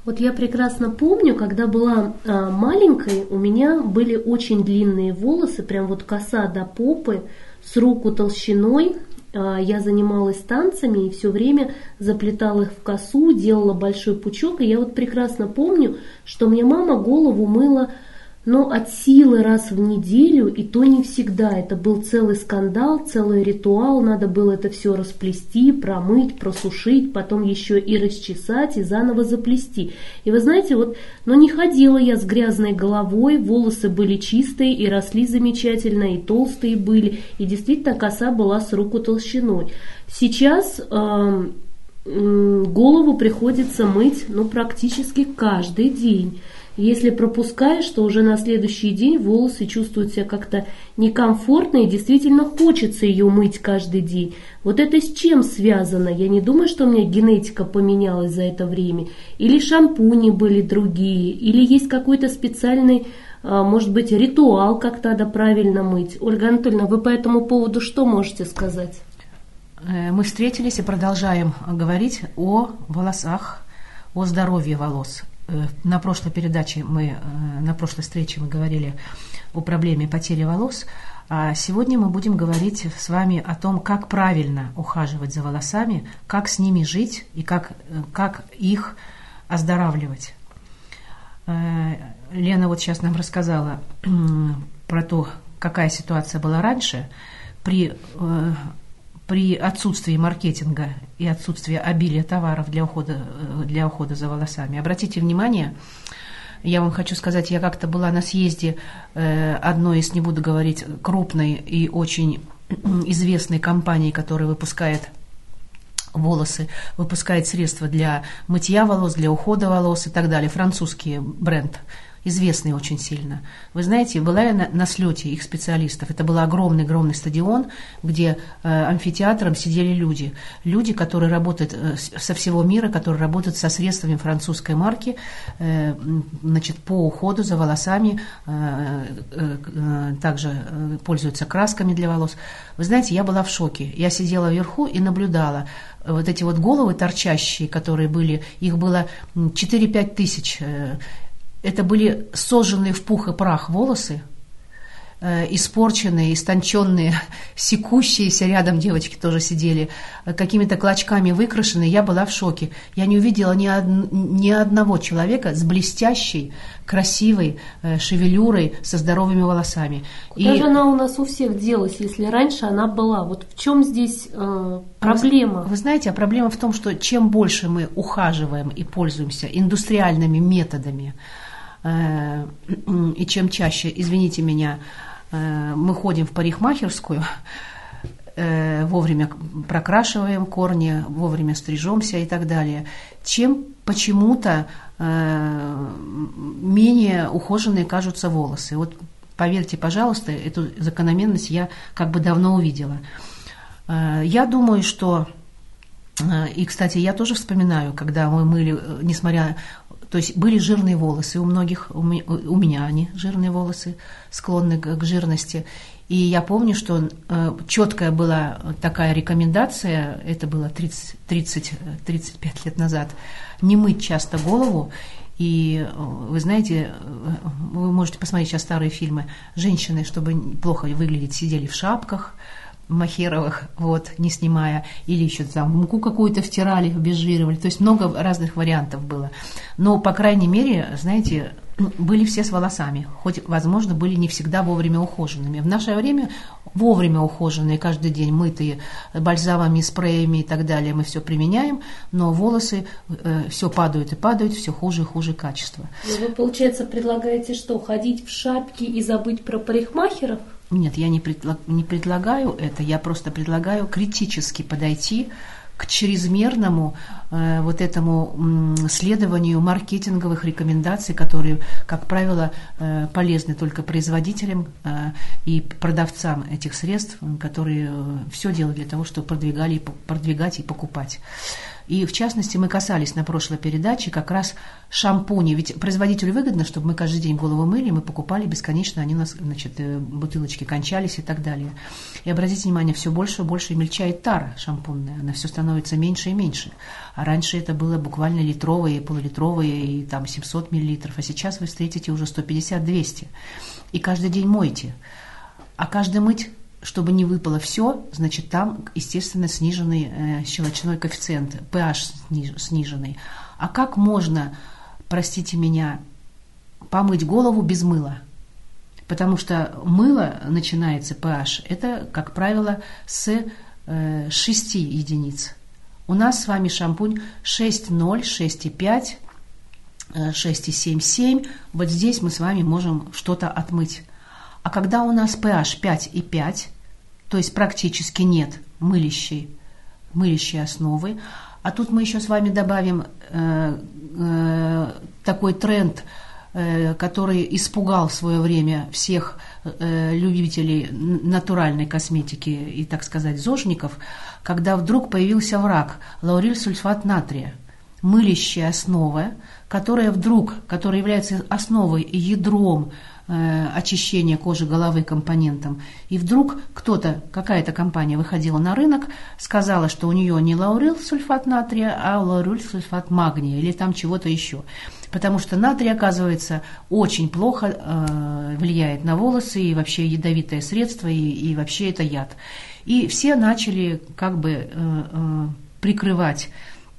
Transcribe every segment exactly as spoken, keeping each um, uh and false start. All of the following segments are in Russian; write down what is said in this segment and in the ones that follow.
Вот я прекрасно помню, когда была а, маленькой, у меня были очень длинные волосы, прям вот коса до попы, с руку толщиной. А, я занималась танцами и все время заплетала их в косу, делала большой пучок. И я вот прекрасно помню, что мне мама голову мыла, но от силы раз в неделю, и то не всегда. Это был целый скандал, целый ритуал. Надо было это все расплести, промыть, просушить, потом еще и расчесать, и заново заплести. И вы знаете, вот, но не ходила я с грязной головой, волосы были чистые и росли замечательно, и толстые были, и действительно коса была с руку толщиной. Сейчас э, э, голову приходится мыть, ну, практически каждый день. Если пропускаешь, то уже на следующий день волосы чувствуют себя как-то некомфортно, и действительно хочется ее мыть каждый день. Вот это с чем связано? Я не думаю, что у меня генетика поменялась за это время. Или шампуни были другие, или есть какой-то специальный, может быть, ритуал, как надо правильно мыть. Ольга Анатольевна, вы по этому поводу что можете сказать? Мы встретились и продолжаем говорить о волосах, о здоровье волос. На прошлой передаче мы, на прошлой встрече мы говорили о проблеме потери волос, а сегодня мы будем говорить с вами о том, как правильно ухаживать за волосами, как с ними жить и как, как их оздоравливать. Лена вот сейчас нам рассказала про то, какая ситуация была раньше при... При отсутствии маркетинга и отсутствии обилия товаров для ухода, для ухода за волосами. Обратите внимание, я вам хочу сказать, я как-то была на съезде одной из, не буду говорить, крупной и очень известной компании, которая выпускает волосы, выпускает средства для мытья волос, для ухода волос и так далее. Французский бренд, известный очень сильно. Вы знаете, была я на, на слете их специалистов. Это был огромный-огромный стадион, где э, амфитеатром сидели люди. Люди, которые работают э, со всего мира, которые работают со средствами французской марки, э, значит, по уходу за волосами, э, э, э, также э, пользуются красками для волос. Вы знаете, я была в шоке. Я сидела вверху и наблюдала. Вот эти вот головы торчащие, которые были, их было четыре-пять тысяч. Э, Это были сожженные в пух и прах волосы, э, испорченные, истонченные, секущиеся, рядом девочки тоже сидели, э, какими-то клочками выкрашенные. Я была в шоке. Я не увидела ни, од... ни одного человека с блестящей, красивой э, шевелюрой, со здоровыми волосами. Куда и... же она у нас у всех делась, если раньше она была? Вот в чем здесь э, проблема? Вы, вы знаете, а проблема в том, что чем больше мы ухаживаем и пользуемся индустриальными методами, и чем чаще, извините меня, мы ходим в парикмахерскую, вовремя прокрашиваем корни, вовремя стрижемся и так далее, чем почему-то менее ухоженные кажутся волосы. Вот поверьте, пожалуйста, эту закономерность я как бы давно увидела. Я думаю, что... И, кстати, я тоже вспоминаю, когда мы мыли, несмотря... То есть были жирные волосы у многих, у меня они жирные волосы, склонны к жирности. И я помню, что четкая была такая рекомендация, это было тридцать-тридцать пять лет назад, не мыть часто голову. И вы знаете, вы можете посмотреть сейчас старые фильмы, женщины, чтобы плохо выглядеть, сидели в шапках махеровых, вот, не снимая, или еще там муку какую-то втирали, обезжиривали, то есть много разных вариантов было. Но, по крайней мере, знаете, были все с волосами, хоть, возможно, были не всегда вовремя ухоженными. В наше время вовремя ухоженные, каждый день мытые бальзамами, спреями и так далее, мы все применяем, но волосы э, все падают и падают, все хуже и хуже качество. Вы, получается, предлагаете что, ходить в шапке и забыть про парикмахеров? Нет, я не, предлаг, не предлагаю это, я просто предлагаю критически подойти к чрезмерному э, вот этому м, следованию маркетинговых рекомендаций, которые, как правило, э, полезны только производителям э, и продавцам этих средств, которые э, все делают для того, чтобы продвигали, продвигать и покупать. И, в частности, мы касались на прошлой передаче как раз шампуней. Ведь производителю выгодно, чтобы мы каждый день голову мыли, мы покупали бесконечно, они у нас, значит, бутылочки кончались и так далее. И обратите внимание, все больше и больше мельчает тара шампунная, она все становится меньше и меньше. А раньше это было буквально литровые, полулитровые, и там семьсот миллилитров, а сейчас вы встретите уже сто пятьдесят - двести. И каждый день мойте. А каждый мыть, чтобы не выпало все, значит, там, естественно, сниженный э, щелочной коэффициент, pH сниженный. А как можно, простите меня, помыть голову без мыла? Потому что мыло начинается, pH, это, как правило, с э, шести единиц. У нас с вами шампунь шесть ноль, шесть пять, шесть семь семь. Вот здесь мы с вами можем что-то отмыть. А когда у нас pH пять и пять, то есть практически нет мылящей, мылящей основы, а тут мы еще с вами добавим э, э, такой тренд, э, который испугал в свое время всех э, любителей натуральной косметики и, так сказать, зожников, когда вдруг появился враг – лаурилсульфат натрия, мылящая основа, которая вдруг, которая является основой и ядром э, очищения кожи головы компонентом. И вдруг кто-то, какая-то компания выходила на рынок, сказала, что у нее не лаурилсульфат натрия, а лаурилсульфат магния или там чего-то еще. Потому что натрий, оказывается, очень плохо э, влияет на волосы, и вообще ядовитое средство, и, и вообще это яд. И все начали как бы э, э, прикрывать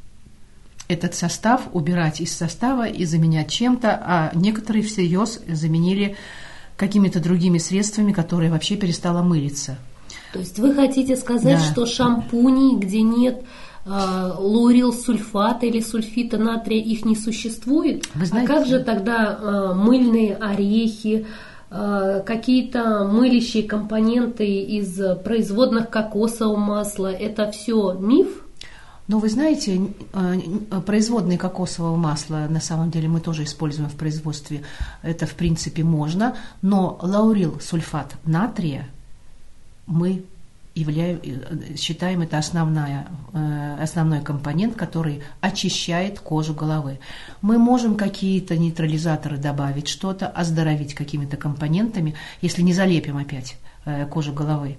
этот состав, убирать из состава и заменять чем-то, а некоторые всерьез заменили какими-то другими средствами, которые вообще перестало мылиться. То есть вы хотите сказать, да, что шампуни, где нет э, лаурилсульфата или сульфита натрия, их не существует? Вы знаете, а как же тогда э, мыльные орехи, э, какие-то мылящие компоненты из производных кокосового масла? Это все миф? Ну, вы знаете, производные кокосового масла на самом деле мы тоже используем в производстве. Это, в принципе, можно. Но лаурилсульфат натрия мы являем, считаем это основная, основной компонент, который очищает кожу головы. Мы можем какие-то нейтрализаторы добавить, что-то, оздоровить какими-то компонентами, если не залепим опять кожу головы.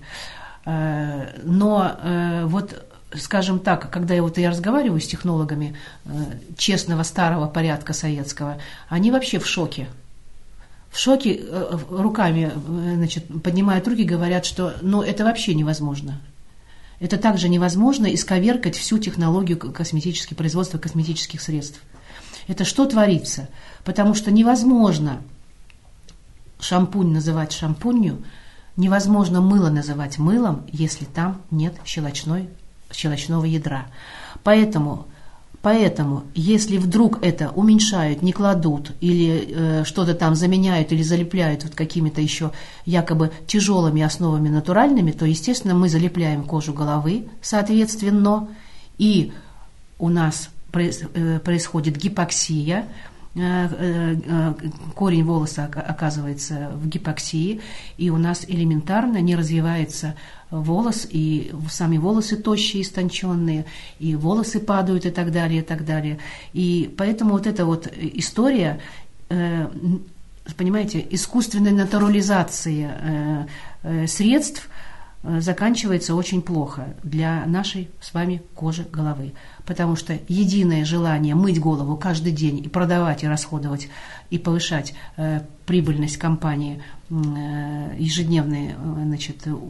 Но вот... Скажем так, когда я, вот я разговариваю с технологами э, честного старого порядка советского, они вообще в шоке. В шоке э, руками э, значит, поднимают руки и говорят, что ну, это вообще невозможно. Это также невозможно исковеркать всю технологию косметического производства косметических средств. Это что творится? Потому что невозможно шампунь называть шампунью, невозможно мыло называть мылом, если там нет щелочной щелочного ядра. Поэтому, поэтому, если вдруг это уменьшают, не кладут, или э, что-то там заменяют или залепляют вот какими-то еще якобы тяжелыми основами натуральными, то, естественно, мы залепляем кожу головы, соответственно, и у нас проис, э, происходит гипоксия, корень волоса оказывается в гипоксии, и у нас элементарно не развивается волос, и сами волосы тощие, истонченные, и волосы падают и так далее, и так далее. И поэтому вот эта вот история, понимаете, искусственной натурализации средств заканчивается очень плохо для нашей с вами кожи головы. Потому что единое желание мыть голову каждый день и продавать, и расходовать, и повышать э, прибыльность компании, э, ежедневной э, значит, э,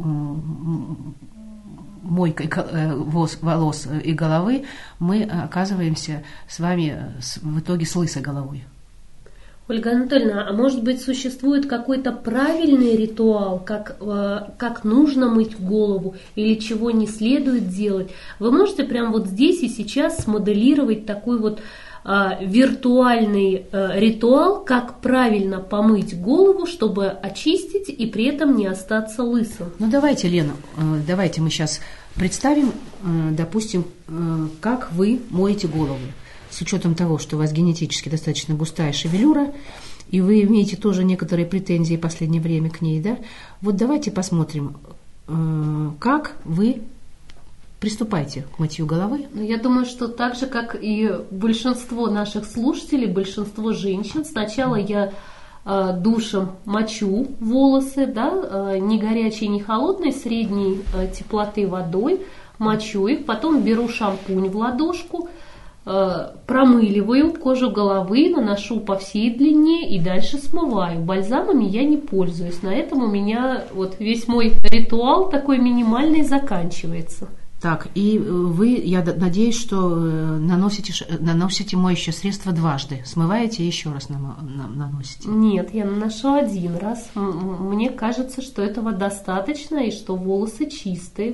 мойкой э, волос, волос и головы, мы оказываемся с вами с, в итоге с лысой головой. Ольга Анатольевна, а может быть существует какой-то правильный ритуал, как, э, как нужно мыть голову или чего не следует делать? Вы можете прямо вот здесь и сейчас смоделировать такой вот э, виртуальный э, ритуал, как правильно помыть голову, чтобы очистить и при этом не остаться лысым? Ну давайте, Лена, э, давайте мы сейчас представим, э, допустим, э, как вы моете голову. С учетом того, что у вас генетически достаточно густая шевелюра, и вы имеете тоже некоторые претензии в последнее время к ней, да? Вот давайте посмотрим, как вы Приступайте к мытью головы. Ну, я думаю, что так же, как и большинство наших слушателей, большинство женщин, сначала я э, душем мочу волосы, да, э, не горячей, не холодной, средней э, теплоты водой, мочу их, потом беру шампунь в ладошку, э, промыливаю кожу головы, наношу по всей длине и дальше смываю. Бальзамами я не пользуюсь, на этом у меня вот весь мой ритуал такой минимальный заканчивается. Так, и вы, я надеюсь, что наносите, наносите моющее средство дважды. Смываете и еще раз наносите? Нет, я наношу один раз. Мне кажется, что этого достаточно и что волосы чистые.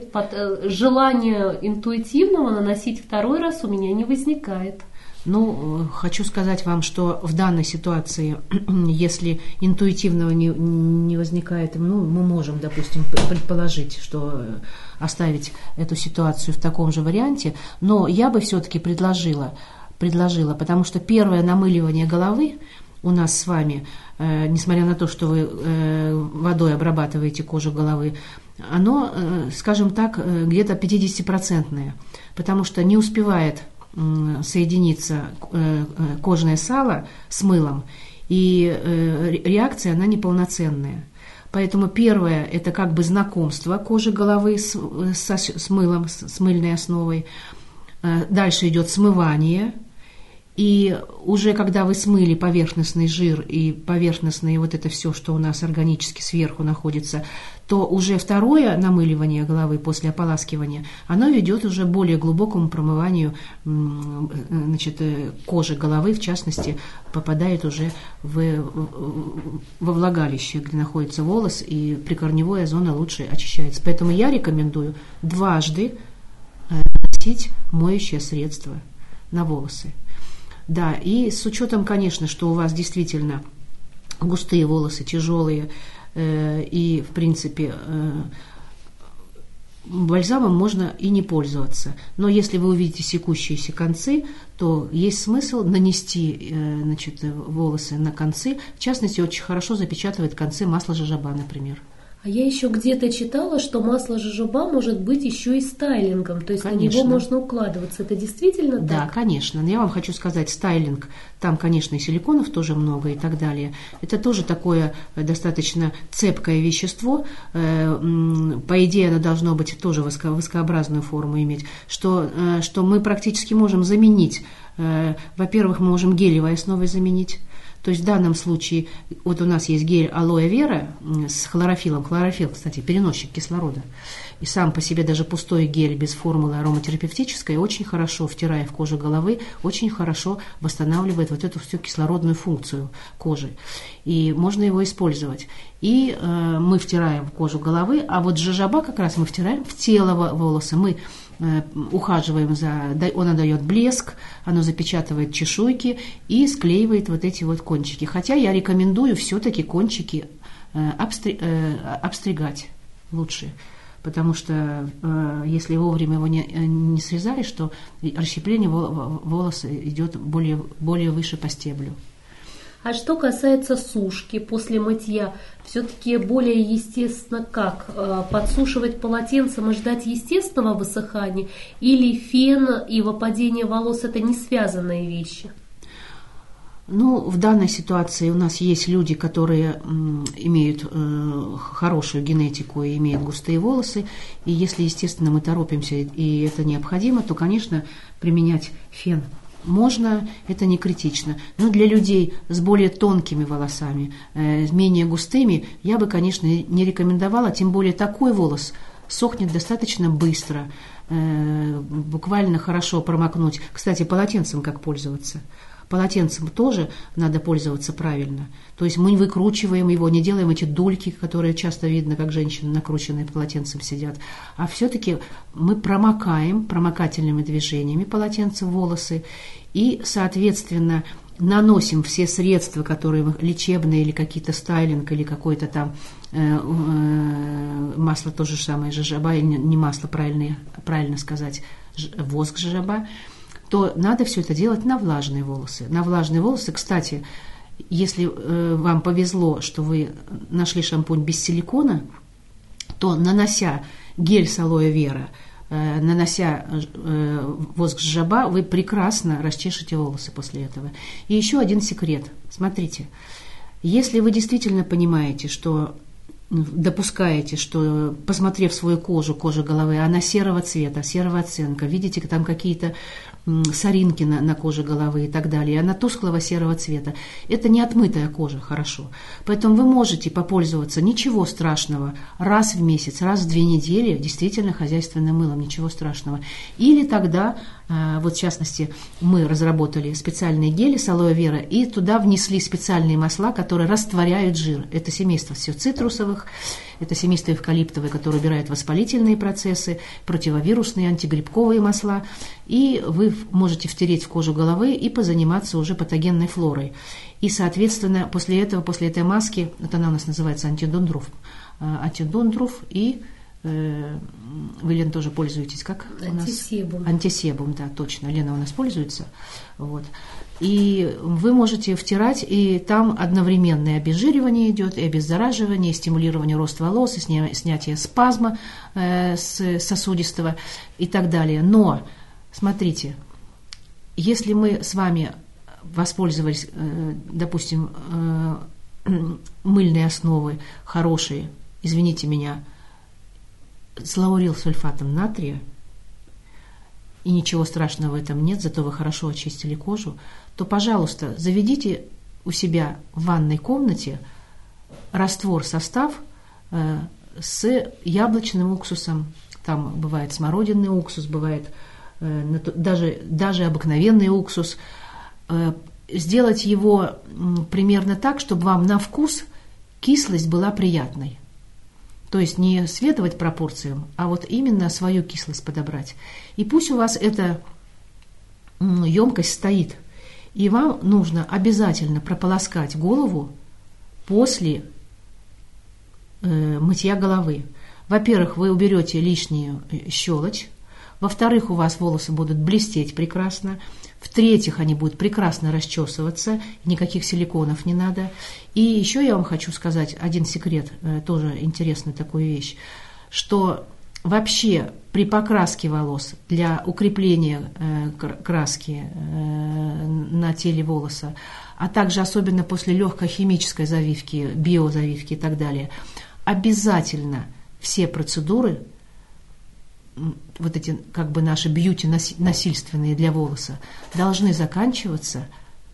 Желание интуитивного наносить второй раз у меня не возникает. Ну, хочу сказать вам, что в данной ситуации, если интуитивного не, не возникает, ну, мы можем, допустим, предположить, что оставить эту ситуацию в таком же варианте, но я бы все-таки предложила, предложила, потому что первое намыливание головы у нас с вами, э, несмотря на то, что вы э, водой обрабатываете кожу головы, оно, э, скажем так, э, где-то пятидесятипроцентное, потому что не успевает соединиться кожное сало с мылом, и реакция, она неполноценная. Поэтому первое – это как бы знакомство кожи головы с, с, с мылом, с, с мыльной основой. Дальше идет смывание. И уже когда вы смыли поверхностный жир и поверхностное вот это все, что у нас органически сверху находится, то уже второе намыливание головы после ополаскивания, оно ведет уже к более глубокому промыванию, значит, кожи головы, в частности, попадает уже в, во влагалище, где находится волос, и прикорневая зона лучше очищается. Поэтому я рекомендую дважды наносить моющее средство на волосы. Да, и с учетом, конечно, что у вас действительно густые волосы, тяжелые, э, и, в принципе, э, бальзамом можно и не пользоваться. Но если вы увидите секущиеся концы, то есть смысл нанести э, значит, волосы на концы. В частности, очень хорошо запечатывает концы масло жожоба, например. А я еще где-то читала, что масло жожоба может быть еще и стайлингом, то есть конечно. На него можно укладываться. Это действительно так? Да, конечно. Я вам хочу сказать, стайлинг, там, конечно, и силиконов тоже много и так далее. Это тоже такое достаточно цепкое вещество. По идее, оно должно быть тоже воскообразную форму иметь, что, что мы практически можем заменить. Во-первых, мы можем гелевой основой заменить. То есть в данном случае, вот у нас есть гель алоэ вера с хлорофилом. Хлорофилл, кстати, переносчик кислорода. И сам по себе даже пустой гель без формулы ароматерапевтической очень хорошо, втирая в кожу головы, очень хорошо восстанавливает вот эту всю кислородную функцию кожи. И можно его использовать. И э, мы втираем в кожу головы, а вот жожоба как раз мы втираем в тело волоса. Мы ухаживаем за, он дает блеск, оно запечатывает чешуйки и склеивает вот эти вот кончики. Хотя я рекомендую все-таки кончики обстри, обстригать лучше, потому что если вовремя его не, не срезаешь, то расщепление волоса идет более, более выше по стеблю. А что касается сушки после мытья, все-таки более естественно как? Подсушивать полотенцем и ждать естественного высыхания? Или фен и выпадение волос – это не связанные вещи? Ну, в данной ситуации у нас есть люди, которые имеют хорошую генетику и имеют густые волосы. И если, естественно, мы торопимся и это необходимо, то, конечно, применять фен можно, это не критично. Но для людей с более тонкими волосами, э, менее густыми, я бы, конечно, не рекомендовала, тем более такой волос сохнет достаточно быстро, э, буквально хорошо промокнуть. Кстати, полотенцем как пользоваться? Полотенцем тоже надо пользоваться правильно. То есть мы не выкручиваем его, не делаем эти дульки, которые часто видно, как женщины накрученные полотенцем сидят. А все-таки мы промокаем промокательными движениями полотенцем волосы и, соответственно, наносим все средства, которые лечебные или какие-то стайлинг, или какое-то там э, э, масло, то же самое, жожоба, или не масло, правильно, правильно сказать, воск жожоба, то надо все это делать на влажные волосы. На влажные волосы, кстати, если э, вам повезло, что вы нашли шампунь без силикона, то, нанося гель с алоэ вера нанося воск жжоба, вы прекрасно расчешете волосы после этого. И еще один секрет. Смотрите, если вы действительно понимаете, что допускаете, что, посмотрев свою кожу, кожу головы, она серого цвета, серого оттенка, видите, там какие-то соринки на, на коже головы и так далее, она тусклого серого цвета. Это не отмытая кожа, хорошо. Поэтому вы можете попользоваться, ничего страшного, раз в месяц, раз в две недели, действительно хозяйственным мылом, ничего страшного. Или тогда, вот в частности, мы разработали специальные гели с алоэ вера и туда внесли специальные масла, которые растворяют жир. Это семейство все цитрусовых, это семейство эвкалиптовое, которое убирает воспалительные процессы, противовирусные, антигрибковые масла. И вы можете втереть в кожу головы и позаниматься уже патогенной флорой. И, соответственно, после этого, после этой маски, вот она у нас называется антидондруф, антидондруф и э, вы, Лена, тоже пользуетесь, как у нас? Антисебум. Антисебум, да, точно. Лена у нас пользуется. Вот. И вы можете втирать, и там одновременное обезжиривание идет, и обеззараживание, и стимулирование роста волос, и сня, снятие спазма э, с сосудистого и так далее. Но, смотрите, если мы с вами воспользовались, э, допустим, э, мыльные основы хорошие, извините меня, с лаурилсульфатом натрия, и ничего страшного в этом нет, зато вы хорошо очистили кожу, то, пожалуйста, заведите у себя в ванной комнате раствор-состав э, с яблочным уксусом. Там бывает смородинный уксус, бывает э, даже, даже обыкновенный уксус. Э, сделать его э, примерно так, чтобы вам на вкус кислость была приятной. То есть не следовать пропорциям, а вот именно свою кислость подобрать. И пусть у вас эта емкость стоит, и вам нужно обязательно прополоскать голову после э, мытья головы. Во-первых, вы уберете лишнюю щелочь. Во-вторых, у вас волосы будут блестеть прекрасно. В-третьих, они будут прекрасно расчесываться, никаких силиконов не надо. И еще я вам хочу сказать один секрет, тоже интересную такую вещь, что вообще при покраске волос для укрепления краски на теле волоса, а также особенно после легкой химической завивки, биозавивки и так далее, обязательно все процедуры, вот эти как бы наши бьюти насильственные для волоса, должны заканчиваться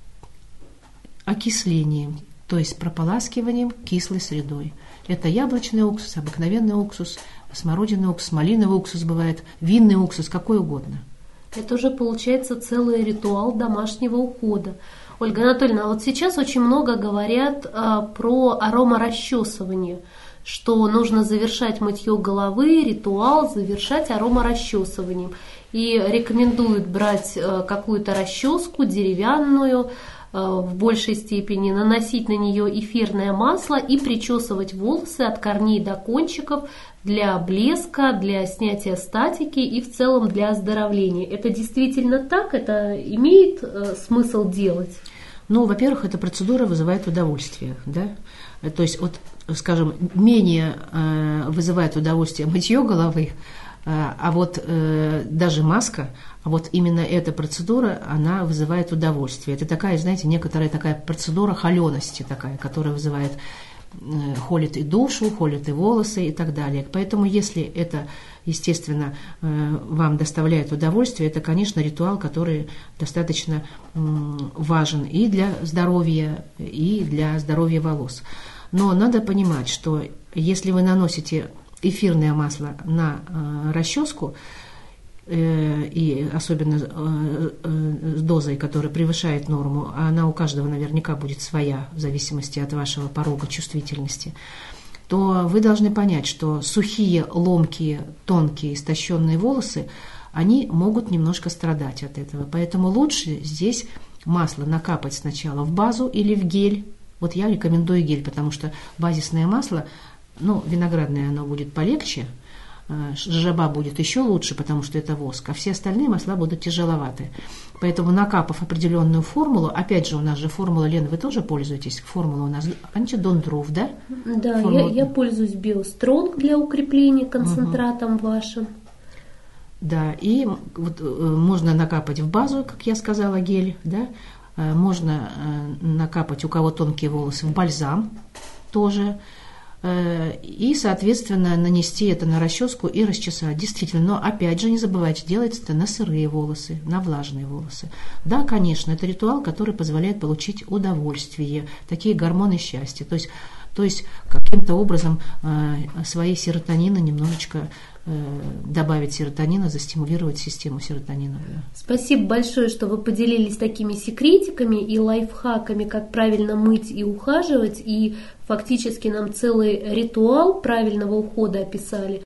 окислением, то есть прополаскиванием кислой средой. Это яблочный уксус, обыкновенный уксус, смородинный уксус, малиновый уксус бывает, винный уксус, какой угодно. Это уже получается целый ритуал домашнего ухода. Ольга Анатольевна, а вот сейчас очень много говорят а, про аромарасчесывание, что нужно завершать мытье головы, ритуал завершать аромарасчесыванием. И рекомендуют брать какую-то расческу деревянную, в большей степени наносить на нее эфирное масло и причесывать волосы от корней до кончиков для блеска, для снятия статики и в целом для оздоровления. Это действительно так? Это имеет смысл делать? Ну, во-первых, эта процедура вызывает удовольствие, да? То есть, вот, скажем, менее э, вызывает удовольствие мытье головы, э, а вот э, даже маска, а вот именно эта процедура, она вызывает удовольствие. Это такая, знаете, некоторая такая процедура холености такая, которая вызывает, э, холит и душу, холит и волосы и так далее. Поэтому, если это, естественно, э, вам доставляет удовольствие, это, конечно, ритуал, который достаточно э, важен и для здоровья, и для здоровья волос. Но надо понимать, что если вы наносите эфирное масло на э, расческу, э, и особенно э, э, с дозой, которая превышает норму, а она у каждого наверняка будет своя, в зависимости от вашего порога чувствительности, то вы должны понять, что сухие, ломкие, тонкие, истощенные волосы, они могут немножко страдать от этого. Поэтому лучше здесь масло накапать сначала в базу или в гель. Вот я рекомендую гель, потому что базисное масло, ну, виноградное оно будет полегче, жжоба будет еще лучше, потому что это воск, а все остальные масла будут тяжеловаты. Поэтому, накапав определенную формулу, опять же, у нас же формула, Лена, вы тоже пользуетесь? Формула у нас антидондруф, да? Да, Формула... я, я пользуюсь биостронг для укрепления концентратом угу. вашим. Да, и вот можно накапать в базу, как я сказала, гель, да, можно накапать, у кого тонкие волосы, в бальзам тоже, и, соответственно, нанести это на расческу и расчесать. Действительно, но опять же не забывайте, делать это на сырые волосы, на влажные волосы. Да, конечно, это ритуал, который позволяет получить удовольствие, такие гормоны счастья. То есть, то есть каким-то образом свои серотонины немножечко добавить серотонина, застимулировать систему серотонина. Спасибо большое, что вы поделились такими секретиками и лайфхаками, как правильно мыть и ухаживать, и фактически нам целый ритуал правильного ухода описали.